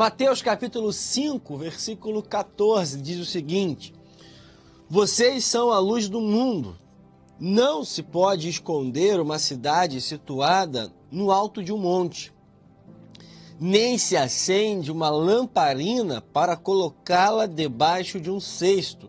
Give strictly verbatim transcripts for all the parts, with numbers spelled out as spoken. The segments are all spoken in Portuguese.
Mateus capítulo cinco, versículo quatorze, diz o seguinte: vocês são a luz do mundo. Não se pode esconder uma cidade situada no alto de um monte, nem se acende uma lamparina para colocá-la debaixo de um cesto,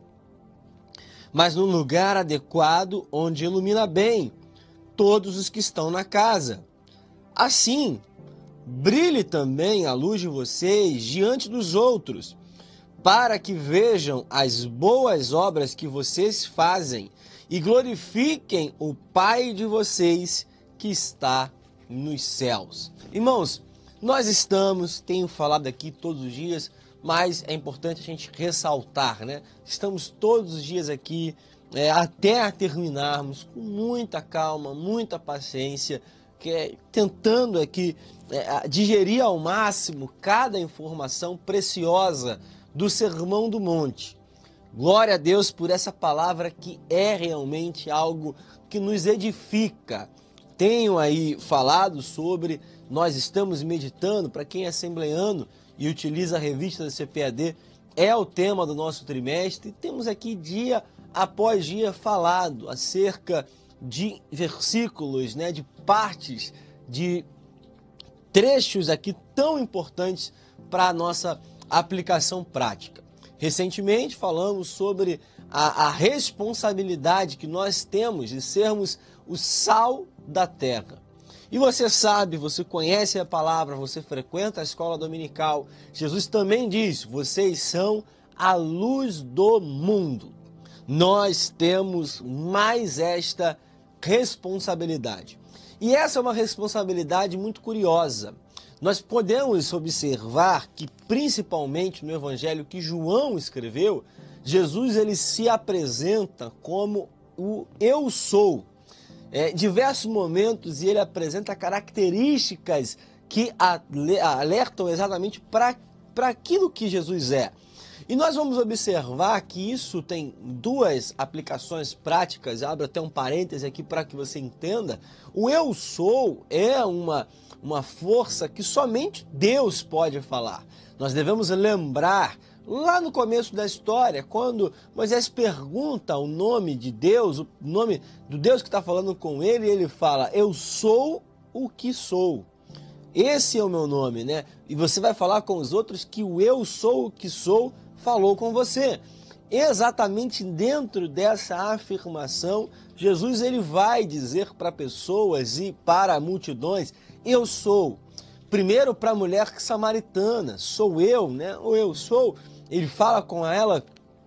mas no lugar adequado onde ilumina bem todos os que estão na casa. Assim, brilhe também a luz de vocês diante dos outros, para que vejam as boas obras que vocês fazem e glorifiquem o Pai de vocês que está nos céus. Irmãos, nós estamos, tenho falado aqui todos os dias, mas é importante a gente ressaltar, né? Estamos todos os dias aqui, é, até terminarmos, com muita calma, muita paciência, que é, tentando aqui é, digerir ao máximo cada informação preciosa do Sermão do Monte. Glória a Deus por essa palavra que é realmente algo que nos edifica. Tenho aí falado sobre, nós estamos meditando, para quem é assembleano e utiliza a revista da C P A D, é o tema do nosso trimestre. Temos aqui dia após dia falado acerca de versículos, né, de partes, de trechos aqui tão importantes para a nossa aplicação prática. Recentemente falamos sobre a, a responsabilidade que nós temos de sermos o sal da terra. E você sabe, você conhece a palavra, você frequenta a escola dominical. Jesus também diz: vocês são a luz do mundo. Nós temos mais esta responsabilidade. E essa é uma responsabilidade muito curiosa. Nós podemos observar que, principalmente no evangelho que João escreveu, Jesus ele se apresenta como o eu sou. É, em diversos momentos ele apresenta características que alertam exatamente para aquilo que Jesus é. E nós vamos observar que isso tem duas aplicações práticas, abro até um parêntese aqui para que você entenda. O eu sou é uma, uma força que somente Deus pode falar. Nós devemos lembrar, lá no começo da história, quando Moisés pergunta o nome de Deus, o nome do Deus que está falando com ele, ele fala: eu sou o que sou. Esse é o meu nome, né? E você vai falar com os outros que o eu sou o que sou falou com você. Exatamente dentro dessa afirmação, Jesus ele vai dizer para pessoas e para multidões: eu sou. Primeiro para a mulher samaritana, sou eu, né? Ou eu sou. Ele fala com ela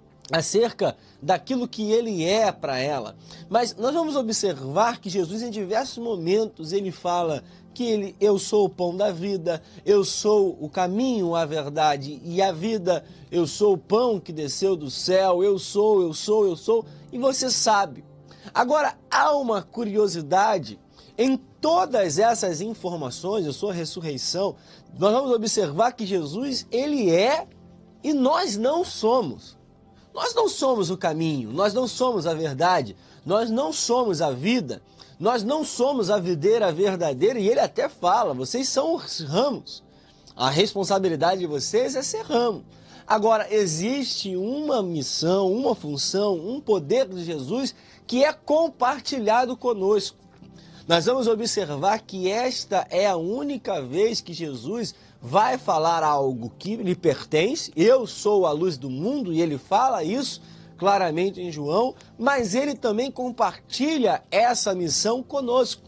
acerca daquilo que ele é para ela. Mas nós vamos observar que Jesus, em diversos momentos, ele fala que ele, eu sou o pão da vida, eu sou o caminho, a verdade e a vida, eu sou o pão que desceu do céu, eu sou, eu sou, eu sou, e você sabe. Agora, há uma curiosidade em todas essas informações, eu sou a ressurreição, nós vamos observar que Jesus, ele é e nós não somos. Nós não somos o caminho, nós não somos a verdade, nós não somos a vida, nós não somos a videira verdadeira, e ele até fala: vocês são os ramos, a responsabilidade de vocês é ser ramo. Agora, existe uma missão, uma função, um poder de Jesus que é compartilhado conosco. Nós vamos observar que esta é a única vez que Jesus vai falar algo que lhe pertence. Eu sou a luz do mundo, e ele fala isso claramente em João, mas ele também compartilha essa missão conosco.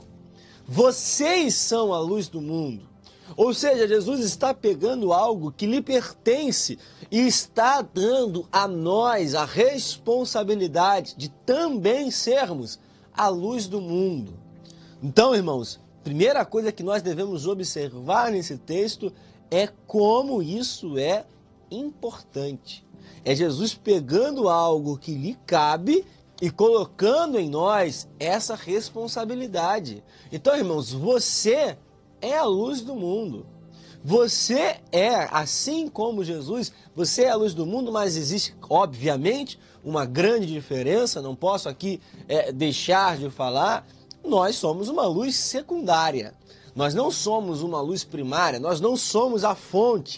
Vocês são a luz do mundo. Ou seja, Jesus está pegando algo que lhe pertence e está dando a nós a responsabilidade de também sermos a luz do mundo. Então, irmãos, primeira coisa que nós devemos observar nesse texto é como isso é importante. É Jesus pegando algo que lhe cabe e colocando em nós essa responsabilidade. Então, irmãos, você é a luz do mundo. Você é, assim como Jesus, você é a luz do mundo, mas existe, obviamente, uma grande diferença, não posso aqui é, deixar de falar. Nós somos uma luz secundária. Nós não somos uma luz primária, nós não somos a fonte.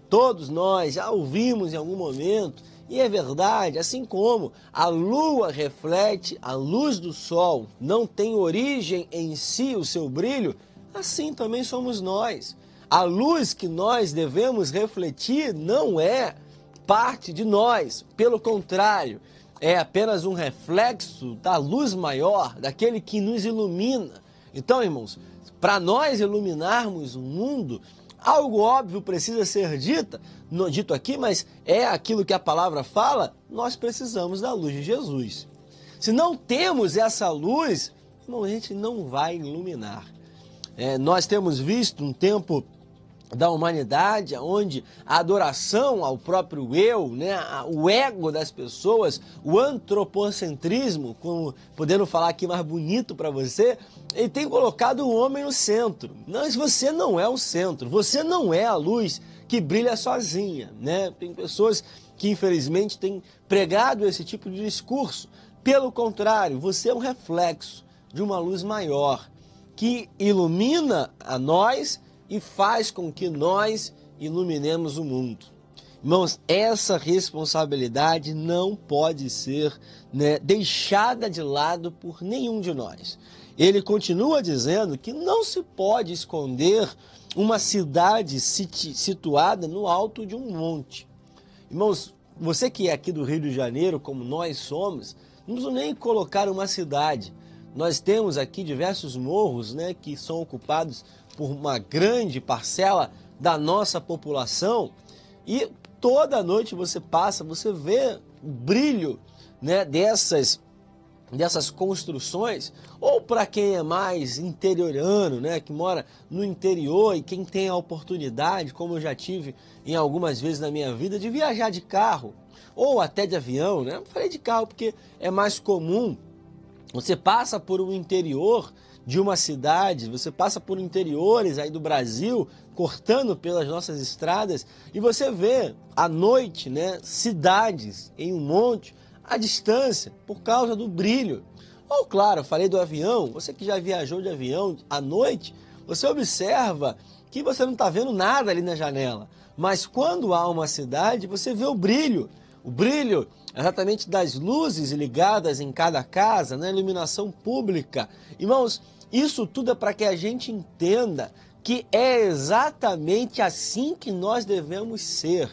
Todos nós já ouvimos em algum momento, e é verdade, assim como a lua reflete a luz do sol, não tem origem em si o seu brilho, assim também somos nós. A luz que nós devemos refletir não é parte de nós, pelo contrário, é apenas um reflexo da luz maior, daquele que nos ilumina. Então, irmãos, para nós iluminarmos o mundo, algo óbvio precisa ser dito, não dito aqui, mas é aquilo que a palavra fala, nós precisamos da luz de Jesus. Se não temos essa luz, irmão, a gente não vai iluminar. É, nós temos visto um tempo da humanidade, onde a adoração ao próprio eu, né, o ego das pessoas, o antropocentrismo, como podendo falar aqui mais bonito para você, ele tem colocado o homem no centro. Mas você não é o centro, você não é a luz que brilha sozinha, né? Tem pessoas que infelizmente têm pregado esse tipo de discurso. Pelo contrário, você é um reflexo de uma luz maior que ilumina a nós e faz com que nós iluminemos o mundo. Irmãos, essa responsabilidade não pode ser, né, deixada de lado por nenhum de nós. Ele continua dizendo que não se pode esconder uma cidade situada no alto de um monte. Irmãos, você que é aqui do Rio de Janeiro, como nós somos, não precisa nem colocar uma cidade. Nós temos aqui diversos morros, né, que são ocupados por uma grande parcela da nossa população, e toda noite você passa, você vê o brilho, né, dessas, dessas construções, ou para quem é mais interiorano, né, que mora no interior e quem tem a oportunidade, como eu já tive em algumas vezes na minha vida, de viajar de carro, ou até de avião, né? Eu falei de carro porque é mais comum. Você passa por um interior de uma cidade, você passa por interiores aí do Brasil, cortando pelas nossas estradas, e você vê à noite, né, cidades em um monte, à distância, por causa do brilho. Ou claro, eu falei do avião, você que já viajou de avião à noite, você observa que você não está vendo nada ali na janela, mas quando há uma cidade, você vê o brilho, o brilho exatamente das luzes ligadas em cada casa, na iluminação pública. Irmãos, isso tudo é para que a gente entenda que é exatamente assim que nós devemos ser.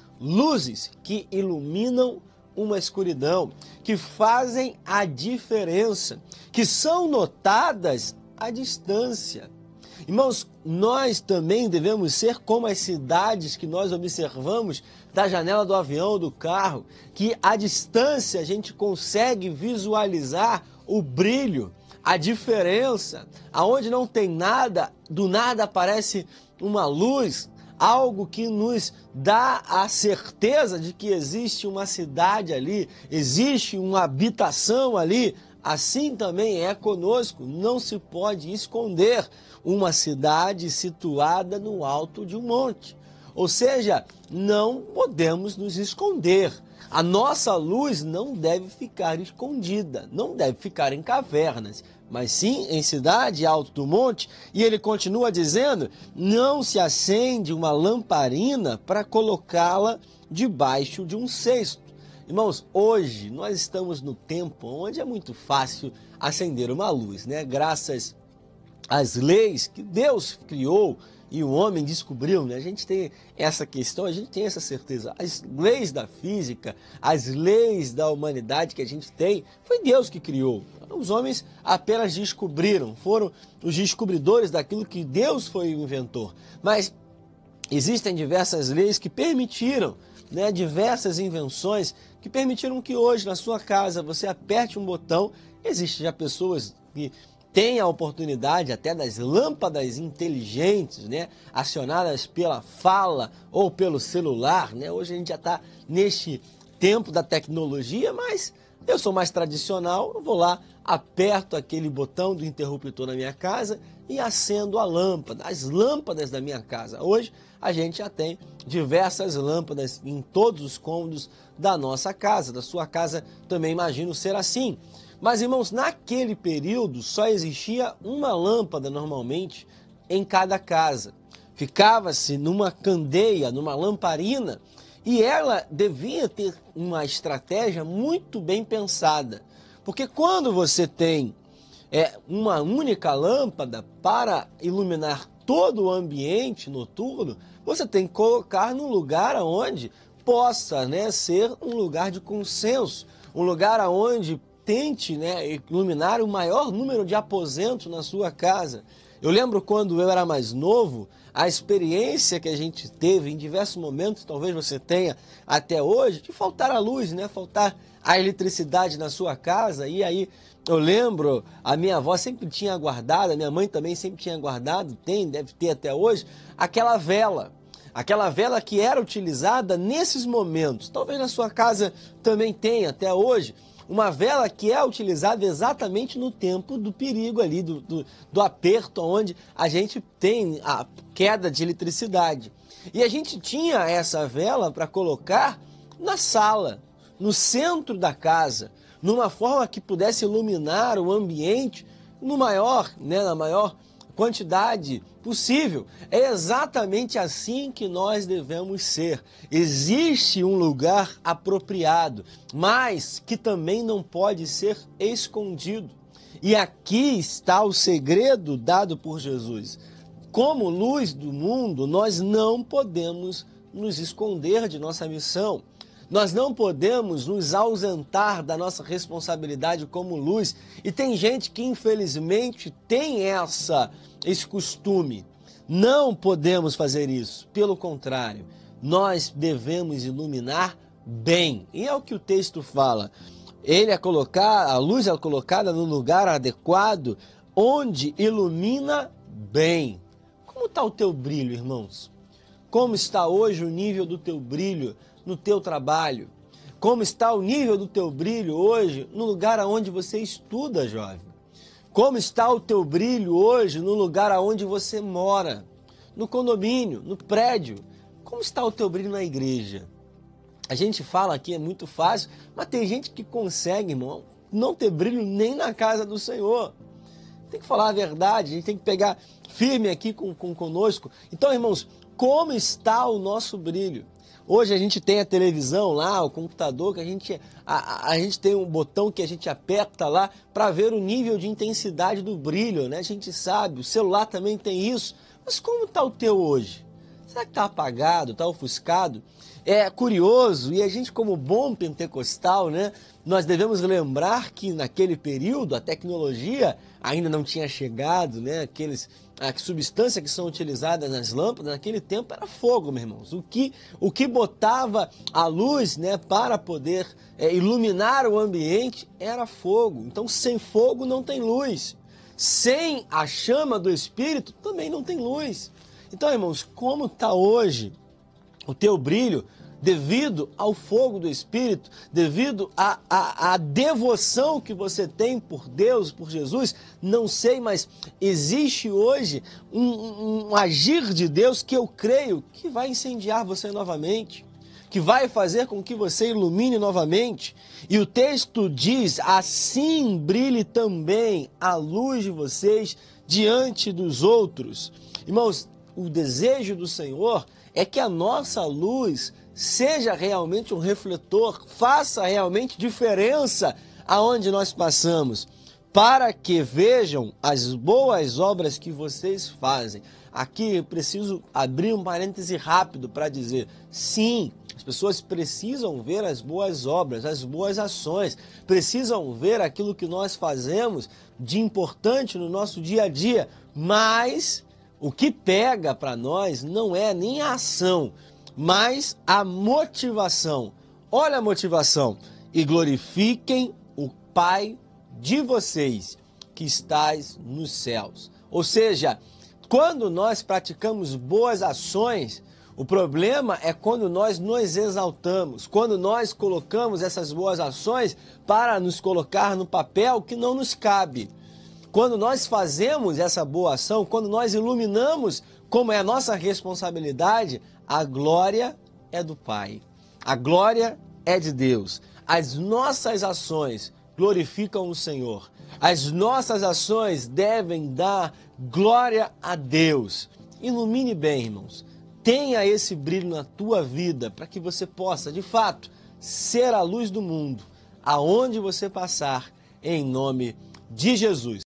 Luzes que iluminam uma escuridão, que fazem a diferença, que são notadas à distância. Irmãos, nós também devemos ser como as cidades que nós observamos da janela do avião, do carro, que à distância a gente consegue visualizar o brilho, a diferença, aonde não tem nada, do nada aparece uma luz, algo que nos dá a certeza de que existe uma cidade ali, existe uma habitação ali. Assim também é conosco, não se pode esconder uma cidade situada no alto de um monte. Ou seja, não podemos nos esconder. A nossa luz não deve ficar escondida, não deve ficar em cavernas, mas sim em cidade alto do monte. E ele continua dizendo, não se acende uma lamparina para colocá-la debaixo de um cesto. Irmãos, hoje nós estamos no tempo onde é muito fácil acender uma luz, né? Graças às leis que Deus criou e o homem descobriu, né? A gente tem essa questão, a gente tem essa certeza. As leis da física, as leis da humanidade que a gente tem, foi Deus que criou. Os homens apenas descobriram, foram os descobridores daquilo que Deus foi o inventor. Mas existem diversas leis que permitiram, né, diversas invenções que permitiram que hoje na sua casa você aperte um botão. Existem já pessoas que têm a oportunidade até das lâmpadas inteligentes, né, acionadas pela fala ou pelo celular, né? Hoje a gente já está neste tempo da tecnologia, mas eu sou mais tradicional, eu vou lá, aperto aquele botão do interruptor na minha casa e acendo a lâmpada, as lâmpadas da minha casa. Hoje a gente já tem diversas lâmpadas em todos os cômodos da nossa casa, da sua casa também imagino ser assim. Mas irmãos, naquele período só existia uma lâmpada normalmente em cada casa. ficava-se numa candeia, numa lamparina, e ela devia ter uma estratégia muito bem pensada. Porque quando você tem é, uma única lâmpada para iluminar todo o ambiente noturno, você tem que colocar num lugar onde possa, né, ser um lugar de consenso, um lugar onde tente, né, iluminar o maior número de aposentos na sua casa. Eu lembro quando eu era mais novo, a experiência que a gente teve em diversos momentos, talvez você tenha até hoje, de faltar a luz, né? Faltar a eletricidade na sua casa. E aí eu lembro, a minha avó sempre tinha guardado, a minha mãe também sempre tinha guardado, tem, deve ter até hoje, aquela vela. Aquela vela que era utilizada nesses momentos. Talvez na sua casa também tenha até hoje. Uma vela que é utilizada exatamente no tempo do perigo ali, do, do, do aperto, onde a gente tem a queda de eletricidade. E a gente tinha essa vela para colocar na sala, no centro da casa, numa forma que pudesse iluminar o ambiente no maior, né, na maior quantidade possível. É exatamente assim que nós devemos ser. Existe um lugar apropriado, mas que também não pode ser escondido. E aqui está o segredo dado por Jesus. Como luz do mundo, nós não podemos nos esconder de nossa missão. Nós não podemos nos ausentar da nossa responsabilidade como luz. E tem gente que, infelizmente, tem essa, esse costume. Não podemos fazer isso. Pelo contrário, nós devemos iluminar bem. E é o que o texto fala. Ele é colocar, a luz é colocada no lugar adequado, onde ilumina bem. Como está o teu brilho, irmãos? Como está hoje o nível do teu brilho no teu trabalho? Como está o nível do teu brilho hoje no lugar aonde você estuda, jovem? Como está o teu brilho hoje no lugar aonde você mora? No condomínio, no prédio? Como está o teu brilho na igreja? A gente fala aqui, é muito fácil, mas tem gente que consegue, irmão, não ter brilho nem na casa do Senhor. Tem que falar a verdade, a gente tem que pegar firme aqui com, com conosco. Então, irmãos, como está o nosso brilho? Hoje a gente tem a televisão lá, o computador, que a gente, a, a, a gente tem um botão que a gente aperta lá para ver o nível de intensidade do brilho, né? A gente sabe, o celular também tem isso. Mas como está o teu hoje? Será que está apagado, está ofuscado? É curioso, e a gente, como bom pentecostal, né, nós devemos lembrar que naquele período a tecnologia ainda não tinha chegado, né, aqueles, a substância que são utilizadas nas lâmpadas, naquele tempo era fogo, meus irmãos. O que, o que botava a luz, né, para poder é, iluminar o ambiente era fogo. Então, sem fogo não tem luz. Sem a chama do Espírito também não tem luz. Então, irmãos, como está hoje o teu brilho, devido ao fogo do Espírito, devido à, à, à devoção que você tem por Deus, por Jesus, não sei, mas existe hoje um, um, um agir de Deus que eu creio que vai incendiar você novamente, que vai fazer com que você ilumine novamente. E o texto diz, assim brilhe também a luz de vocês diante dos outros. Irmãos, o desejo do Senhor é que a nossa luz seja realmente um refletor, faça realmente diferença aonde nós passamos, para que vejam as boas obras que vocês fazem. Aqui eu preciso abrir um parêntese rápido para dizer, sim, as pessoas precisam ver as boas obras, as boas ações, precisam ver aquilo que nós fazemos de importante no nosso dia a dia, mas o que pega para nós não é nem a ação, mas a motivação. Olha a motivação. E glorifiquem o Pai de vocês que estais nos céus. Ou seja, quando nós praticamos boas ações, o problema é quando nós nos exaltamos, quando nós colocamos essas boas ações para nos colocar no papel que não nos cabe. Quando nós fazemos essa boa ação, quando nós iluminamos como é a nossa responsabilidade, a glória é do Pai, a glória é de Deus. As nossas ações glorificam o Senhor, as nossas ações devem dar glória a Deus. ilumine bem, irmãos. Tenha esse brilho na tua vida para que você possa, de fato, ser a luz do mundo, aonde você passar, em nome de Jesus.